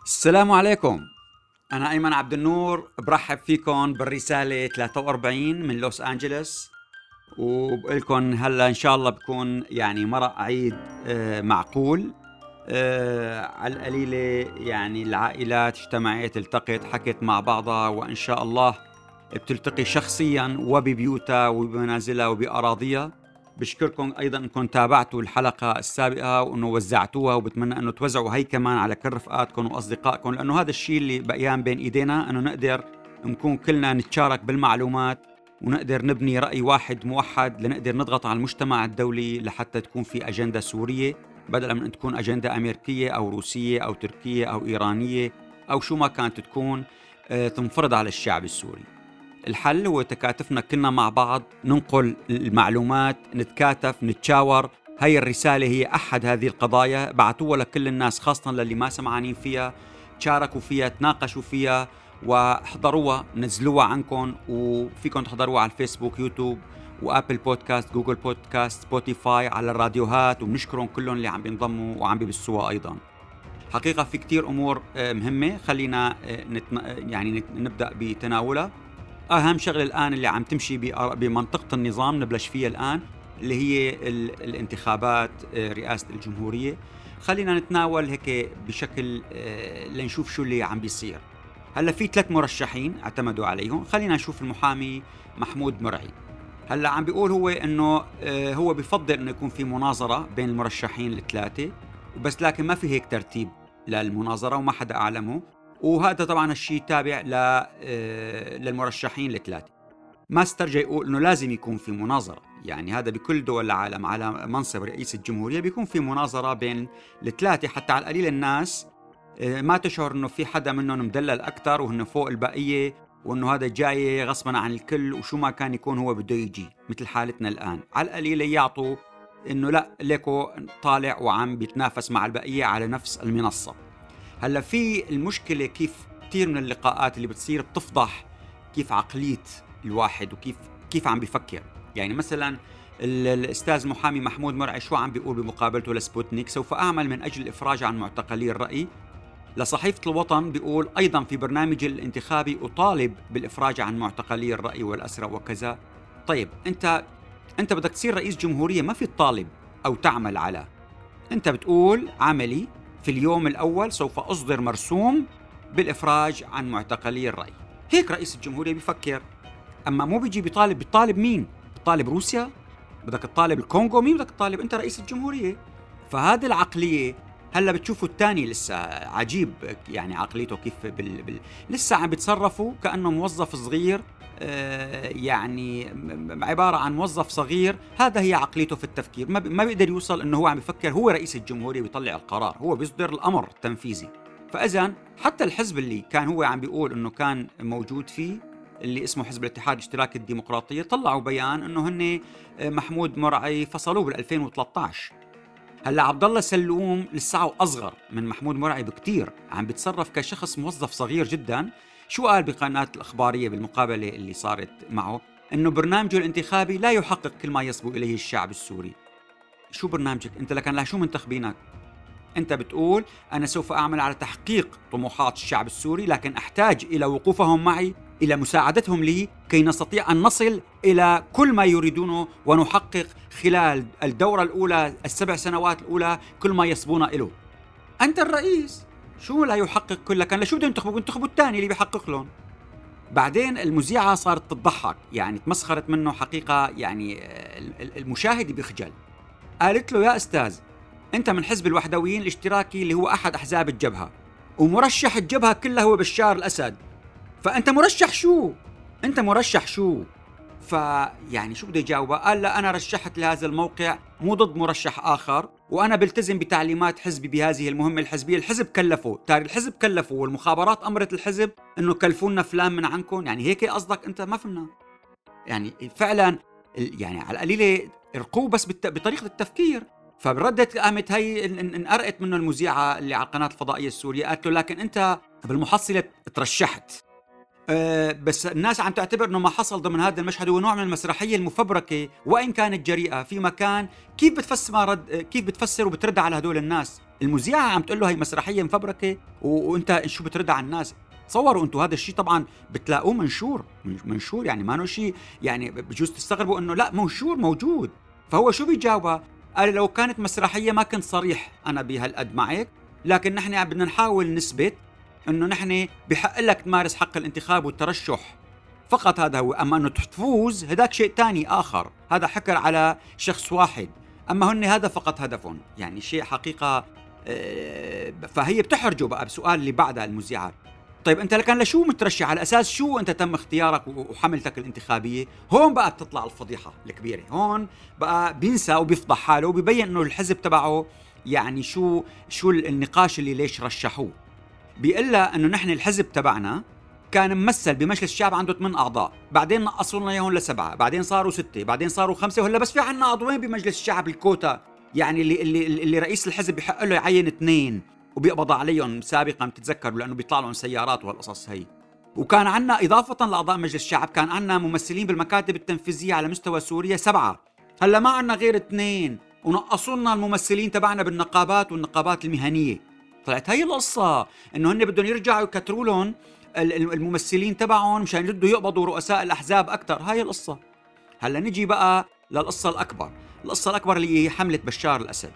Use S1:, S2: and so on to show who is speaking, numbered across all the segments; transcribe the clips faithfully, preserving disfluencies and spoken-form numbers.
S1: السلام عليكم. أنا أيمن عبد النور، برحب فيكم بالرسالة ثلاثة وأربعين من لوس أنجلوس، وبقولكم هلا إن شاء الله بكون يعني مرق عيد آه معقول. آه على القليلة يعني العائلات اجتمعت، التقت، حكت مع بعضها، وإن شاء الله بتلتقي شخصيا وببيوتها وبمنازلها وبأراضيها. بشكركم أيضا أنكم تابعتوا الحلقة السابقة وأنه وزعتوها، وبتمنى أنه توزعوا هي كمان على كل رفقاتكم وأصدقائكم، لأنه هذا الشيء اللي بقيان بين إيدينا، أنه نقدر نكون كلنا نتشارك بالمعلومات ونقدر نبني رأي واحد موحد لنقدر نضغط على المجتمع الدولي لحتى تكون في أجندة سورية بدلا من أن تكون أجندة أمريكية أو روسية أو تركية أو إيرانية أو شو ما كانت تكون آه، تنفرض على الشعب السوري. الحل هو تكاتفنا كلنا مع بعض، ننقل المعلومات، نتكاتف، نتشاور. هاي الرسالة هي أحد هذه القضايا، بعتوها لكل الناس خاصة للي ما سمعانين فيها، تشاركوا فيها، تناقشوا فيها واحضروها، نزلوها عنكم، وفيكم تحضروها على الفيسبوك، يوتيوب، وآبل بودكاست، جوجل بودكاست، سبوتيفاي، على الراديوهات، وبنشكرهم كلهم اللي عم بينضموا وعم بيبثوها أيضا. حقيقة في كتير أمور مهمة، خلينا يعني نبدأ بتناولها. أهم شغلة الآن اللي عم تمشي بمنطقة النظام نبلش فيها الآن، اللي هي الانتخابات رئاسة الجمهورية. خلينا نتناول هيك بشكل لنشوف شو اللي عم بيصير. هلا في ثلاث مرشحين اعتمدوا عليهم. خلينا نشوف المحامي محمود مرعي. هلا عم بيقول هو انه هو بفضل انه يكون في مناظرة بين المرشحين الثلاثة، بس لكن ما في هيك ترتيب للمناظرة وما حدا أعلمه، وهذا طبعا الشيء تابع للمرشحين الثلاثة. ما استرجع يقول انه لازم يكون في مناظرة، يعني هذا بكل دول العالم على منصب رئيس الجمهورية بيكون في مناظرة بين الثلاثة، حتى على القليل الناس ما تشعر انه في حدا منهم مدلل اكثر وانه فوق البقية، وانه هذا جاي غصبا عن الكل وشو ما كان يكون هو بده يجي، مثل حالتنا الان. على القليل يعطوا انه لا ليكو طالع وعم بيتنافس مع البقية على نفس المنصة. هلا في المشكلة كيف كثير من اللقاءات اللي بتصير بتفضح كيف عقلية الواحد وكيف كيف عم بيفكر. يعني مثلا الأستاذ محامي محمود مرعي شو عم بيقول بمقابلته لسبوتنيك: سوف أعمل من أجل الإفراج عن معتقلي الرأي. لصحيفة الوطن بيقول أيضا في برنامج الانتخابي أطالب بالإفراج عن معتقلي الرأي والأسرى وكذا. طيب أنت أنت بدك تصير رئيس جمهورية، ما في تطالب أو تعمل على، أنت بتقول عملي في اليوم الأول سوف أصدر مرسوم بالإفراج عن معتقلي الرأي. هيك رئيس الجمهورية بيفكر. أما مو بيجي بيطالب بيطالب مين؟ بيطالب روسيا؟ بدك تطالب الكونغو؟ مين بدك تطالب؟ أنت رئيس الجمهورية. فهذه العقلية هلا بتشوفوا الثاني لسه عجيب، يعني عقليته كيف بال... بال... لسه عم بيتصرفوا كأنه موظف صغير، آه يعني عبارة عن موظف صغير. هذا هي عقليته في التفكير، ما, ب... ما بيقدر يوصل انه هو عم يفكر هو رئيس الجمهورية بيطلع القرار، هو بيصدر الأمر التنفيذي. فإذا حتى الحزب اللي كان هو عم بيقول انه كان موجود فيه، اللي اسمه حزب الاتحاد الاشتراكي الديمقراطية، طلعوا بيان انه هن محمود مرعي فصلوه بال ألفين وثلاثة عشر. هلا عبد الله سلوم لسه أصغر من محمود مرعي بكتير، عم بيتصرف كشخص موظف صغير جدا. شو قال بقناة الأخبارية بالمقابلة اللي صارت معه؟ إنه برنامجه الانتخابي لا يحقق كل ما يصبو إليه الشعب السوري. شو برنامجك أنت؟ لكن لا شو منتخبينك؟ أنت بتقول أنا سوف أعمل على تحقيق طموحات الشعب السوري، لكن أحتاج إلى وقوفهم معي، إلى مساعدتهم لي كي نستطيع أن نصل إلى كل ما يريدونه ونحقق خلال الدورة الأولى السبع سنوات الأولى كل ما يصبون إله. أنت الرئيس، شو لا يحقق كل؟ كان لشو بده ينتخبوا؟ ينتخبوا الثاني اللي بيحقق لهم. بعدين المذيعة صارت تضحك، يعني تمسخرت منه حقيقة، يعني المشاهد بيخجل. قالت له: يا أستاذ، أنت من حزب الوحدويين الاشتراكي اللي هو أحد أحزاب الجبهة، ومرشح الجبهة كلها هو بشار الأسد، فأنت مرشح شو؟ أنت مرشح شو؟ فيعني شو بده يجاوبه؟ قال: لا، أنا رشحت لهذا الموقع مو ضد مرشح آخر، وأنا بلتزم بتعليمات حزبي بهذه المهمة الحزبية. الحزب كلفه، تاري الحزب كلفه، والمخابرات أمرت الحزب أنه كلفونا فلان من عنكم. يعني هيك قصدك أنت؟ ما فهمنا. يعني فعلا يعني على القليلة ارقوا بس بطريقة التفكير. فبردت قامت هي انقرقت منه المذيعة اللي على القناة الفضائية السورية، قالت له: لكن أنت بالمحصلة ترشحت، أه بس الناس عم تعتبر أنه ما حصل ضمن هذا المشهد هو نوع من المسرحية المفبركة وإن كانت جريئة في مكان. كيف بتفسر رد كيف بتفسر وبترد على هدول الناس؟ المذيعة عم تقول له هي مسرحية مفبركة و... وأنت شو بترد على الناس؟ تصوروا أنتوا هذا الشيء طبعا بتلاقوه منشور منشور يعني ما نو شيء يعني بجوز تستغربوا أنه لا منشور موجود. فهو شو بيجاوبها؟ قال لو كانت مسرحية ما كنت صريح أنا بهالقد معك، لكن نحن بدنا نحاول نثبت انه نحن بحق لك تمارس حق الانتخاب والترشح فقط، هذا هو. اما انه تفوز هداك شيء تاني اخر، هذا حكر على شخص واحد، اما هن هذا فقط هدفهم، يعني شيء حقيقة. فهي بتحرجه بقى بسؤال اللي بعدها المذيعة، طيب انت لكان لشو مترشح؟ على اساس شو انت تم اختيارك وحملتك الانتخابية؟ هون بقى بتطلع الفضيحة الكبيرة، هون بقى بينسى وبيفضح حاله وبيبين انه الحزب تبعه يعني شو شو النقاش اللي ليش رشحوه. بيقول لها انه نحن الحزب تبعنا كان ممثل بمجلس الشعب عنده ثمان اعضاء، بعدين نقصوا لنا اياهم لسبعه، بعدين صاروا سته، بعدين صاروا خمسه، وهلا بس في عنا عضوين بمجلس الشعب الكوتا، يعني اللي اللي اللي رئيس الحزب بحق له يعين اثنين وبيقبض عليهم سابقا بتتذكروا لانه بيطلع لهم سيارات وهالقصص هي. وكان عنا اضافه لاعضاء مجلس الشعب كان عنا ممثلين بالمكاتب التنفيذيه على مستوى سوريا سبعه، هلا ما عنا غير اثنين، ونقصوا لنا الممثلين تبعنا بالنقابات والنقابات المهنيه. طلعت هي القصة، انه هن بدهم يرجعوا يكتروا لهم الممثلين تبعهم مشان يردوا يقبضوا رؤساء الاحزاب اكثر. هاي القصة. هلا نجي بقى للقصة الاكبر، القصة الاكبر اللي هي حملة بشار الاسد.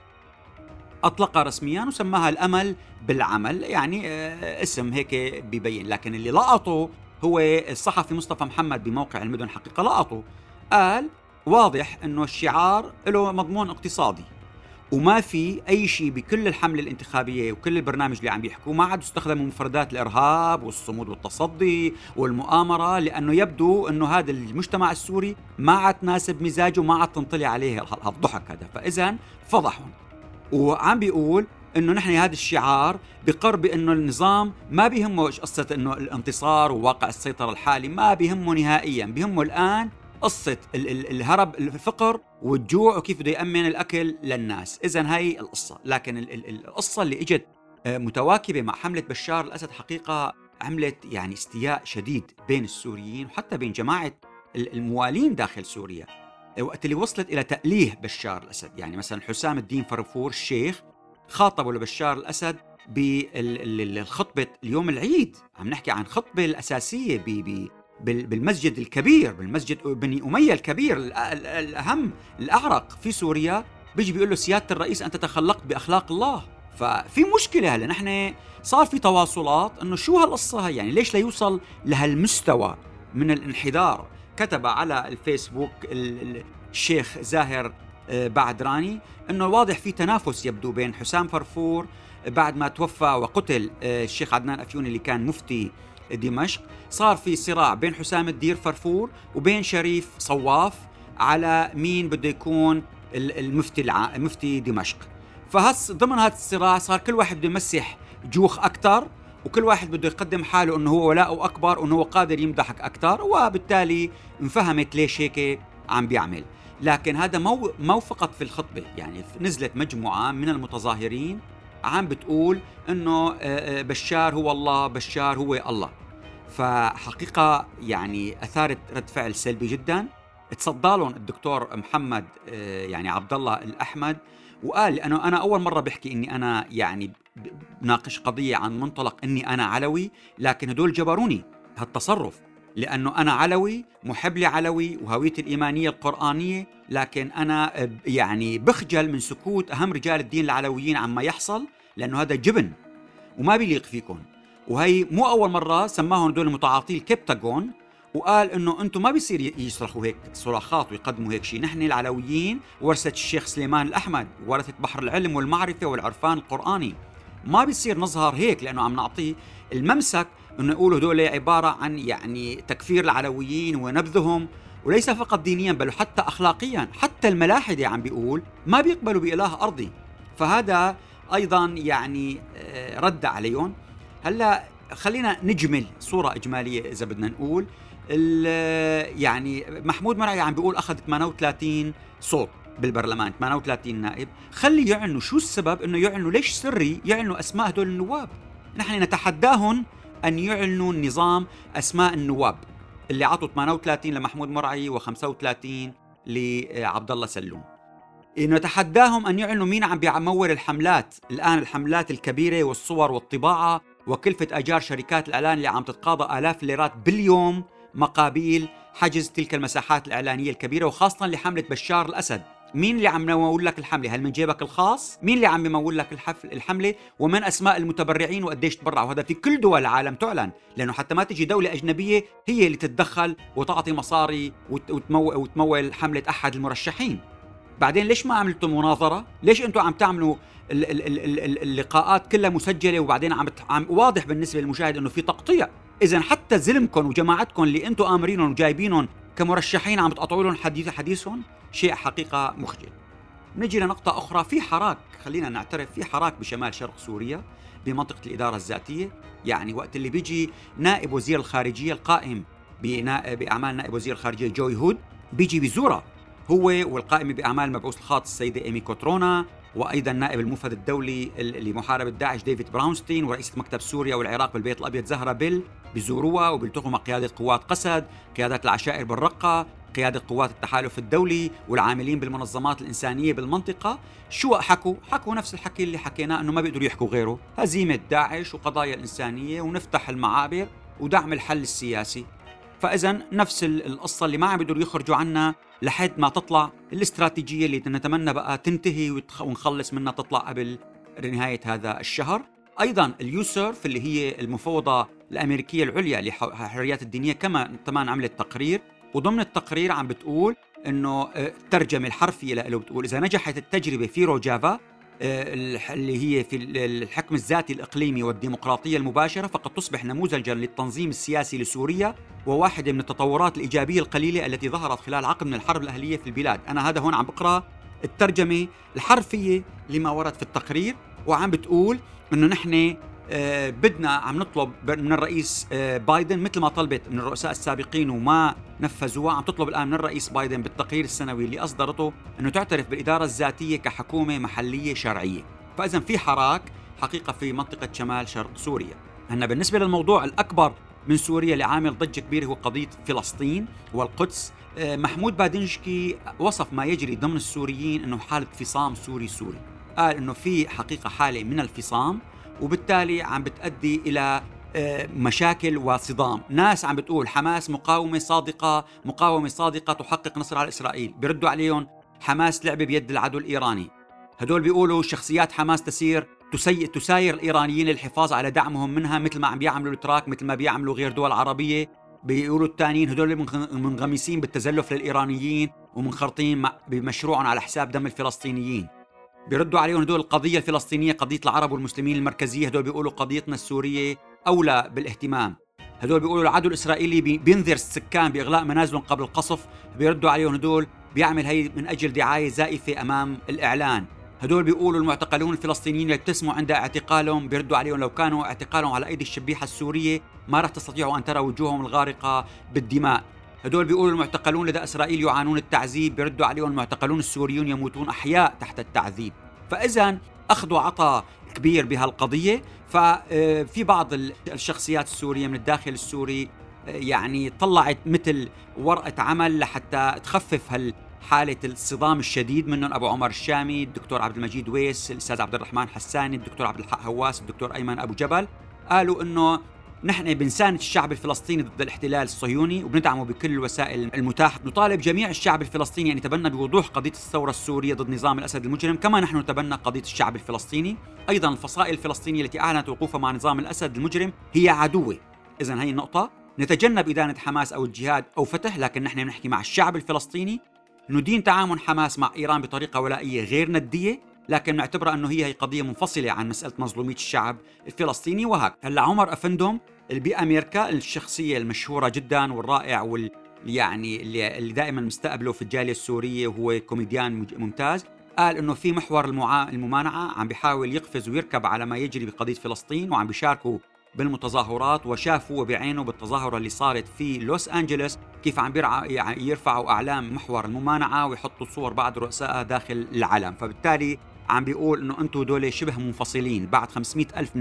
S1: اطلقها رسميا وسماها الامل بالعمل، يعني اسم هيك بيبين، لكن اللي لقطه هو الصحفي مصطفى محمد بموقع المدن حقيقة لقطه، قال واضح انه الشعار له مضمون اقتصادي، وما في أي شيء بكل الحملة الانتخابية وكل البرنامج اللي عم بيحكوا ما عاد استخدموا مفردات الإرهاب والصمود والتصدي والمؤامرة، لأنه يبدو أنه هذا المجتمع السوري ما عاد تناسب مزاجه، ما عاد تنطلع عليه الضحك هذا، فإذا فضحهم. وعم بيقول أنه نحن هذا الشعار بقر بأنه النظام ما بيهمه قصة أنه الانتصار وواقع السيطرة الحالي، ما بيهمه نهائيا، بيهمه الآن قصة الهرب الفقر والجوع وكيف بده يأمن الأكل للناس. إذن هاي القصة، لكن القصة اللي اجت متواكبة مع حملة بشار الأسد حقيقة عملت يعني استياء شديد بين السوريين وحتى بين جماعة الموالين داخل سوريا، وقت اللي وصلت إلى تأليه بشار الأسد. يعني مثلا حسام الدين فرفور الشيخ خاطبوا لبشار الأسد بالخطبة اليوم العيد، عم نحكي عن خطبة الأساسية ب بالمسجد الكبير، بالمسجد بني أمية الكبير الأهم الأعرق في سوريا، بيجي بيقول له سيادة الرئيس أنت تخلقت بأخلاق الله. ففي مشكلة هلا، نحن صار في تواصلات إنه شو هالقصة هي، يعني ليش لا يوصل لهالمستوى من الانحدار. كتب على الفيسبوك الشيخ زاهر بعدراني إنه واضح في تنافس يبدو بين حسام فرفور بعد ما توفى وقتل الشيخ عدنان أفيوني اللي كان مفتي دمشق، صار في صراع بين حسام الدين فرفور وبين شريف صواف على مين بده يكون المفتي الع... مفتي دمشق. فهس ضمن هذا الصراع صار كل واحد بده يمسح جوخ أكتر، وكل واحد بده يقدم حاله إنه هو ولاؤه أكبر وإنه هو قادر يمدحك أكتر، وبالتالي انفهمت ليش هيك عم بيعمل. لكن هذا مو مو فقط في الخطبة، يعني نزلت مجموعة من المتظاهرين عم بتقول إنه بشار هو الله، بشار هو الله. فحقيقة يعني أثارت رد فعل سلبي جدا. تصدى لهم الدكتور محمد يعني عبد الله الأحمد وقال أنه أنا أول مرة بحكي إني أنا يعني بناقش قضية عن منطلق إني أنا علوي، لكن هدول جبروني هالتصرف، لأنه أنا علوي محب لعلوي وهويتي الإيمانية القرآنية، لكن أنا يعني بخجل من سكوت أهم رجال الدين العلويين عما يحصل، لأنه هذا جبن وما بيليق فيكم. وهي مو أول مرة سماهم دول المتعاطي الكبتاغون، وقال إنه أنتم ما بيصير يصرخوا هيك صراخات ويقدموا هيك شيء. نحن العلويين ورثة الشيخ سليمان الأحمد، ورثة بحر العلم والمعرفة والعرفان القرآني، ما بيصير نظهر هيك لأنه عم نعطيه الممسك إنه يقولوا دول عبارة عن يعني تكفير العلويين ونبذهم، وليس فقط دينيا بل حتى أخلاقيا. حتى الملاحدة عم بيقول ما بيقبلوا بإله أرضي، فهذا أيضا يعني رد عليهم. هلا خلينا نجمل صورة إجمالية إذا بدنا نقول. يعني محمود مرعي عم بيقول أخذ ثمانية وثلاثين صوت بالبرلمان، ثمانية وثلاثين نائب. خلي يعنوا شو السبب إنه يعنوا، ليش سري يعنوا أسماء هدول النواب. نحن نتحداهم أن يعلنوا النظام أسماء النواب اللي عطوا ثمانية وثلاثين لمحمود مرعي وخمسة وثلاثين لعبد الله سلوم. نتحداهم أن يعلنوا مين عم بيمول الحملات الآن، الحملات الكبيرة والصور والطباعة وكلفة أجار شركات الإعلان اللي عم تتقاضى آلاف الليرات باليوم مقابل حجز تلك المساحات الإعلانية الكبيرة، وخاصة لحملة بشار الأسد. مين اللي عم يمول لك الحملة؟ هل من جيبك الخاص؟ مين اللي عم يمول لك الحفل الحملة؟ ومن أسماء المتبرعين وقديش تبرعوا؟ وهذا في كل دول العالم تعلن، لأنه حتى ما تجي دولة أجنبية هي اللي تتدخل وتعطي مصاري وتمول, وتمول حملة أحد المرشحين. بعدين ليش ما عملتوا مناظرة؟ ليش أنتوا عم تعملوا اللقاءات كلها مسجلة وبعدين عم, عم واضح بالنسبة للمشاهد أنه في تقطيع؟ إذن حتى زلمكم وجماعتكم اللي أنتوا آمرينهم وجايبينهم كمرشحين عم تقطعوا لهم حديث حديثهم، شيء حقيقة مخجل. نجي لنقطة أخرى، في حراك، خلينا نعترف، في حراك بشمال شرق سوريا بمنطقة الإدارة الذاتية. يعني وقت اللي بيجي نائب وزير الخارجية القائم بأعمال نائب وزير الخارجية جوي هود بيجي بزورة هو والقائم بأعمال المبعوث الخاص السيدة إيمي كوترونا، وأيضا نائب المفد الدولي لمحاربة داعش ديفيد براونستين، ورئيسة مكتب سوريا والعراق بالبيت الأبيض زهرة بيل بزوروها وبيلتقوا مع قيادة قوات قسد، قيادات العشائر بالرقة، قيادة قوات التحالف الدولي والعاملين بالمنظمات الإنسانية بالمنطقة. شو حكوا؟ حكوا نفس الحكي اللي حكيناه، أنه ما بيقدروا يحكوا غيره، هزيمة داعش وقضايا الإنسانية ونفتح المعابر ودعم الحل السياسي. فإذا نفس القصة اللي ما عم بيقدروا يخرجوا عنها لحد ما تطلع الاستراتيجية اللي نتمنى بقى تنتهي ونخلص منها، تطلع قبل نهاية هذا الشهر. أيضا اليوسرف اللي هي المفوضة الأمريكية العليا للحريات الدينية كمان كمان عملت تقرير، وضمن التقرير عم بتقول إنه الترجمة الحرفية له بتقول إذا نجحت التجربة في روجافا اللي هي في الحكم الذاتي الإقليمي والديمقراطية المباشرة، فقد تصبح نموذجا للتنظيم السياسي لسوريا وواحدة من التطورات الإيجابية القليلة التي ظهرت خلال عقد من الحرب الأهلية في البلاد. أنا هذا هون عم بقرأ الترجمة الحرفية لما ورد في التقرير، وعم بتقول إنه نحن آه بدنا عم نطلب من الرئيس آه بايدن مثل ما طلبت من الرؤساء السابقين وما نفذوها، عم تطلب الآن من الرئيس بايدن بالتقرير السنوي اللي أصدرته أنه تعترف بالإدارة الذاتية كحكومة محلية شرعية. فإذا في حراك حقيقة في منطقة شمال شرق سوريا. هنا بالنسبة للموضوع الأكبر من سوريا اللي عامل ضجة كبيرة هو قضية فلسطين والقدس. آه محمود بادنجكي وصف ما يجري ضمن السوريين أنه حالة فصام سوري سوري، قال أنه في حقيقة حالة من الفصام، وبالتالي عم بتؤدي إلى مشاكل وصدام. ناس عم بتقول حماس مقاومة صادقة، مقاومة صادقة تحقق نصر على إسرائيل، بيردوا عليهم حماس لعبة بيد العدو الإيراني. هدول بيقولوا شخصيات حماس تسير تسي... تساير الإيرانيين للحفاظ على دعمهم منها مثل ما عم بيعملوا التراك، مثل ما بيعملوا غير دول عربية. بيقولوا التانيين هدول منغمسين بالتزلف للإيرانيين ومنخرطين بمشروعهم على حساب دم الفلسطينيين. بيردوا عليهم هدول القضية الفلسطينية قضية العرب والمسلمين المركزية، هدول بيقولوا قضيتنا السورية أولى بالاهتمام. هدول بيقولوا العدو الإسرائيلي بينذر السكان بإغلاق منازلهم قبل القصف، بيردوا عليهم هدول بيعمل هي من أجل دعاية زائفة أمام الإعلان. هدول بيقولوا المعتقلون الفلسطينيين اللي ابتسموا عند اعتقالهم، بيردوا عليهم لو كانوا اعتقالهم على أيدي الشبيحة السورية ما رح تستطيعوا أن ترى وجوههم الغارقة بالدماء. هدول بيقولوا المعتقلون لدى إسرائيل يعانون التعذيب، بيردوا عليهم المعتقلون السوريون يموتون أحياء تحت التعذيب. فإذا أخذوا عطاء كبير بهالقضية. ففي بعض الشخصيات السورية من الداخل السوري يعني طلعت مثل ورقة عمل لحتى تخفف هالحالة الصدام الشديد، منهم أبو عمر الشامي، الدكتور عبد المجيد ويس، الأستاذ عبد الرحمن حساني، الدكتور عبد الحق هواس، الدكتور أيمن أبو جبل. قالوا إنه نحن بنساند الشعب الفلسطيني ضد الاحتلال الصهيوني وبندعمه بكل الوسائل المتاحة. نطالب جميع الشعب الفلسطيني أن يتبنى بوضوح قضية الثورة السورية ضد نظام الأسد المجرم، كما نحن نتبنى قضية الشعب الفلسطيني. أيضا الفصائل الفلسطينية التي أعلنت وقوفها مع نظام الأسد المجرم هي عدوة. إذن هي النقطة، نتجنب إدانة حماس أو الجهاد أو فتح، لكن نحن نحكي مع الشعب الفلسطيني، ندين تعامل حماس مع إيران بطريقة ولائية غير ندية، لكن نعتبرها أنه هي هي قضية منفصلة عن مسألة مظلومية الشعب الفلسطيني. وهك هلا عمر أفندم اللي بأمريكا، الشخصية المشهورة جدا والرائع وال يعني اللي, اللي دائما مستقبله في الجالية السورية وهو كوميديان ممتاز، قال إنه في محور المعا... الممانعة عم بيحاول يقفز ويركب على ما يجري بقضية فلسطين، وعم بيشاركوا بالمتظاهرات، وشافوا بعينه بالتظاهرة اللي صارت في لوس أنجلوس كيف عم بيرع... يعني يرفعوا أعلام محور الممانعة ويحطوا صور بعض رؤساء داخل العلم. فبالتالي عم بيقول إنه أنتوا دول شبه منفصلين بعد خمسمئة ألف من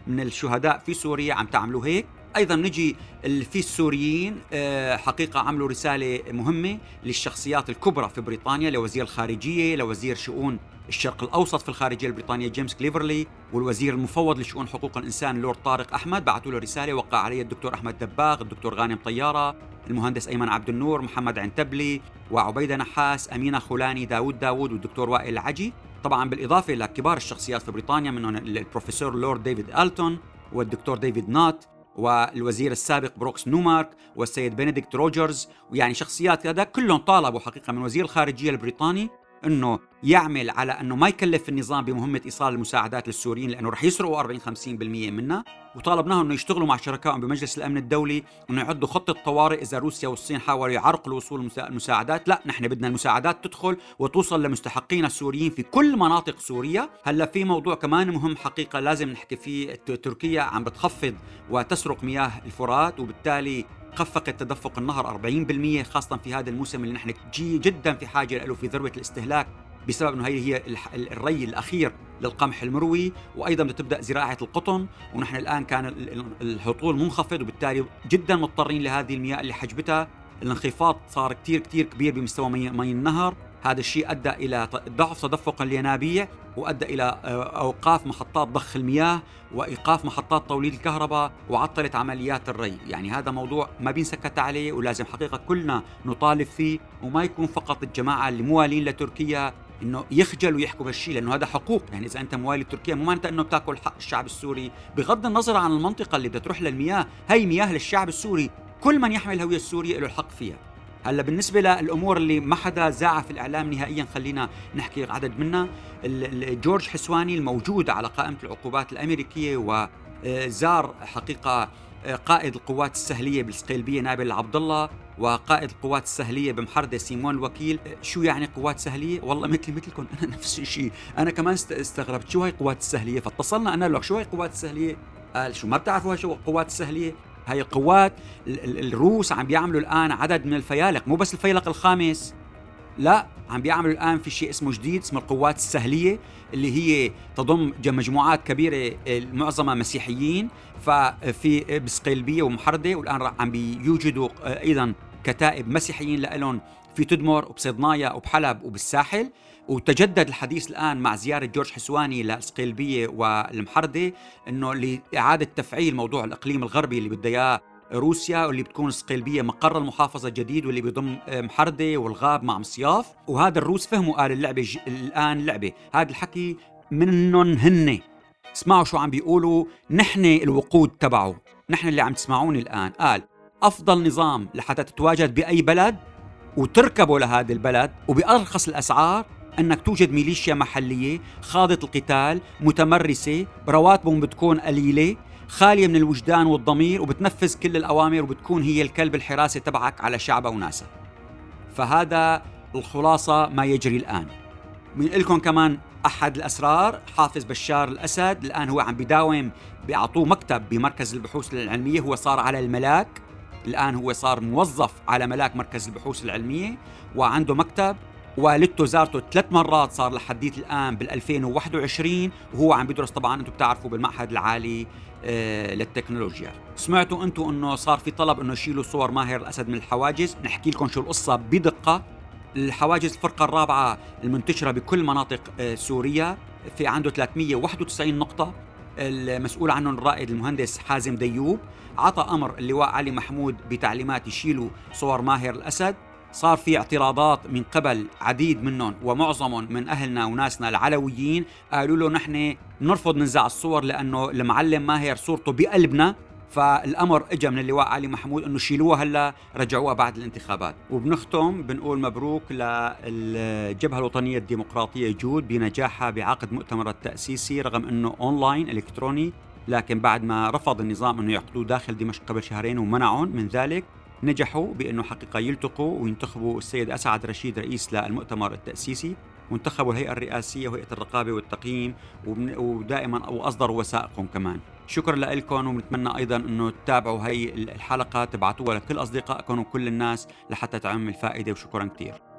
S1: من الشهداء في سوريا عم تعملوا هيك. أيضا نجي في السوريين حقيقة عملوا رسالة مهمة للشخصيات الكبرى في بريطانيا، لوزير الخارجية، لوزير شؤون الشرق الأوسط في الخارجية البريطانية جيمس كليفرلي، والوزير المفوض لشؤون حقوق الإنسان لورد طارق أحمد، بعثوا له رسالة وقع عليه الدكتور أحمد دباغ، الدكتور غانم طيارة، المهندس أيمن عبد النور، محمد عنتبلي، وعبيدة نحاس، أمينة خولاني، داود داود، والدكتور وائل العجي، طبعا بالإضافة لكبار الشخصيات في بريطانيا منهم البروفيسور لورد ديفيد ألتون والدكتور ديفيد نوت والوزير السابق بروكس نومارك والسيد بنديكت روجرز. ويعني شخصيات هذا كلهم طالبوا حقيقة من وزير الخارجية البريطاني أنه يعمل على أنه ما يكلف النظام بمهمة إيصال المساعدات للسوريين لأنه رح يسرقوا أربعين خمسين بالمئة منها، وطالبناهم أنه يشتغلوا مع شركائهم بمجلس الأمن الدولي أنه يعدوا خطة طوارئ إذا روسيا والصين حاولوا يعرقلوا وصول المساعدات. لا، نحن بدنا المساعدات تدخل وتوصل لمستحقين السوريين في كل مناطق سوريا. هلا في موضوع كمان مهم حقيقة لازم نحكي فيه، تركيا عم بتخفض وتسرق مياه الفرات، وبالتالي خفقت تدفق النهر أربعين بالمئة، خاصة في هذا الموسم اللي نحن جدا في حاجة له في ذروة الاستهلاك، بسبب أنه هي هي الري الأخير للقمح المروي، وأيضا بتبدأ زراعة القطن، ونحن الآن كان الهطول منخفض، وبالتالي جدا مضطرين لهذه المياه اللي حجبتها. الانخفاض صار كتير كتير كبير بمستوى مي النهر، هذا الشيء أدى إلى ضعف تدفق الينابيع، وأدى إلى أوقاف محطات ضخ المياه وإيقاف محطات توليد الكهرباء، وعطلت عمليات الري. يعني هذا موضوع ما بينسكت عليه، ولازم حقيقة كلنا نطالب فيه، وما يكون فقط الجماعة اللي موالين لتركيا إنه يخجلوا يحكوا بهالشيء، لأنه هذا حقوق. يعني إذا أنت موالي تركيا مو معناته إنه بتاكل حق الشعب السوري، بغض النظر عن المنطقة اللي بدها تروح للمياه، هي مياه للشعب السوري، كل من يحمل الهوية السورية له الحق فيها. هلا بالنسبة للأمور اللي ما حدا زاعها في الإعلام نهائيا، خلينا نحكي عدد منها. جورج حسواني الموجود على قائمة العقوبات الأمريكية، وزار حقيقة قائد القوات السهلية بالسقيلبية نابل العبد الله، وقائد القوات السهلية بمحردة سيمون الوكيل. شو يعني قوات سهلية؟ والله مثلي مثلكم أنا نفس الشيء، أنا كمان استغربت شو هاي قوات السهلية، فاتصلنا أنا لك شو هاي قوات السهلية؟ قال شو ما بتعرفوا شو قوات السهلية؟ هاي القوات الروس عم بيعملوا الآن عدد من الفيالق، مو بس الفيلق الخامس، لا، عم بيعملوا الآن في شيء اسمه جديد اسمه القوات السهلية، اللي هي تضم مجموعات كبيرة معظمها مسيحيين ففي بسقيلبية ومحردة، والآن عم بيوجدوا أيضا كتائب مسيحيين لهم في تدمر وبصيدنايا وبحلب وبالساحل. وتجدد الحديث الآن مع زيارة جورج حسواني للسقيلبية والمحردة إنه لإعادة تفعيل موضوع الإقليم الغربي اللي بده إياه روسيا، واللي بتكون السقيلبية مقر المحافظة الجديد، واللي بيضم محردة والغاب مع مصياف. وهذا الروس فهموا قال اللعبة ج... الآن لعبة، هذا الحكي منهم هن. اسمعوا شو عم بيقولوا، نحن الوقود تبعه، نحن اللي عم تسمعوني الآن. قال أفضل نظام لحتى تتواجد بأي بلد وتركبوا لهذا البلد وبأرخص الأسعار أنك توجد ميليشيا محلية خاضة القتال، متمرسة، رواتبهم بتكون قليلة، خالية من الوجدان والضمير، وبتنفذ كل الأوامر، وبتكون هي الكلب الحراسة تبعك على شعبها وناسها. فهذا الخلاصة ما يجري الآن. من لكم كمان أحد الأسرار، حافظ بشار الأسد الآن هو عم بيداوم، بيعطوه مكتب بمركز البحوث العلمية، هو صار على الملاك الآن، هو صار موظف على ملاك مركز البحوث العلمية وعنده مكتب. والدته زارته ثلاث مرات صار لحديت الآن بالألفين وواحد وعشرين، وهو عم بيدرس طبعا أنتم بتعرفوا بالمعهد العالي آه للتكنولوجيا. سمعتوا أنتم أنه صار في طلب أنه يشيلوا صور ماهر الأسد من الحواجز. نحكي لكم شو القصة بدقة. الحواجز الفرقة الرابعة المنتشرة بكل مناطق آه سوريا، في عنده ثلاثمئة وواحد وتسعين نقطة. المسؤول عنهم الرائد المهندس حازم ديوب، عطى أمر اللواء علي محمود بتعليمات يشيلوا صور ماهر الأسد. صار في اعتراضات من قبل عديد منهم ومعظمهم من أهلنا وناسنا العلويين، قالوا له نحن نرفض ننزع الصور لأنه المعلم ماهر صورته بقلبنا. فالأمر اجى من اللواء علي محمود أنه شيلوها، هلا رجعوها بعد الانتخابات. وبنختم بنقول مبروك للجبهة الوطنية الديمقراطية جود بنجاحها بعقد مؤتمر التأسيسي، رغم أنه أونلاين إلكتروني، لكن بعد ما رفض النظام أنه يعقدوه داخل دمشق قبل شهرين ومنعهم من ذلك، نجحوا بأنه حقيقة يلتقوا وينتخبوا السيد أسعد رشيد رئيس للمؤتمر التأسيسي، وانتخبوا الهيئة الرئاسية وهيئة الرقابة والتقييم، ودائما وأصدروا وثائقهم كمان. شكرا لكم، ونتمنى أيضا أنه تتابعوا هاي الحلقة، تبعتوها لكل أصدقائكم وكل الناس لحتى تعم الفائدة، وشكرا كتير.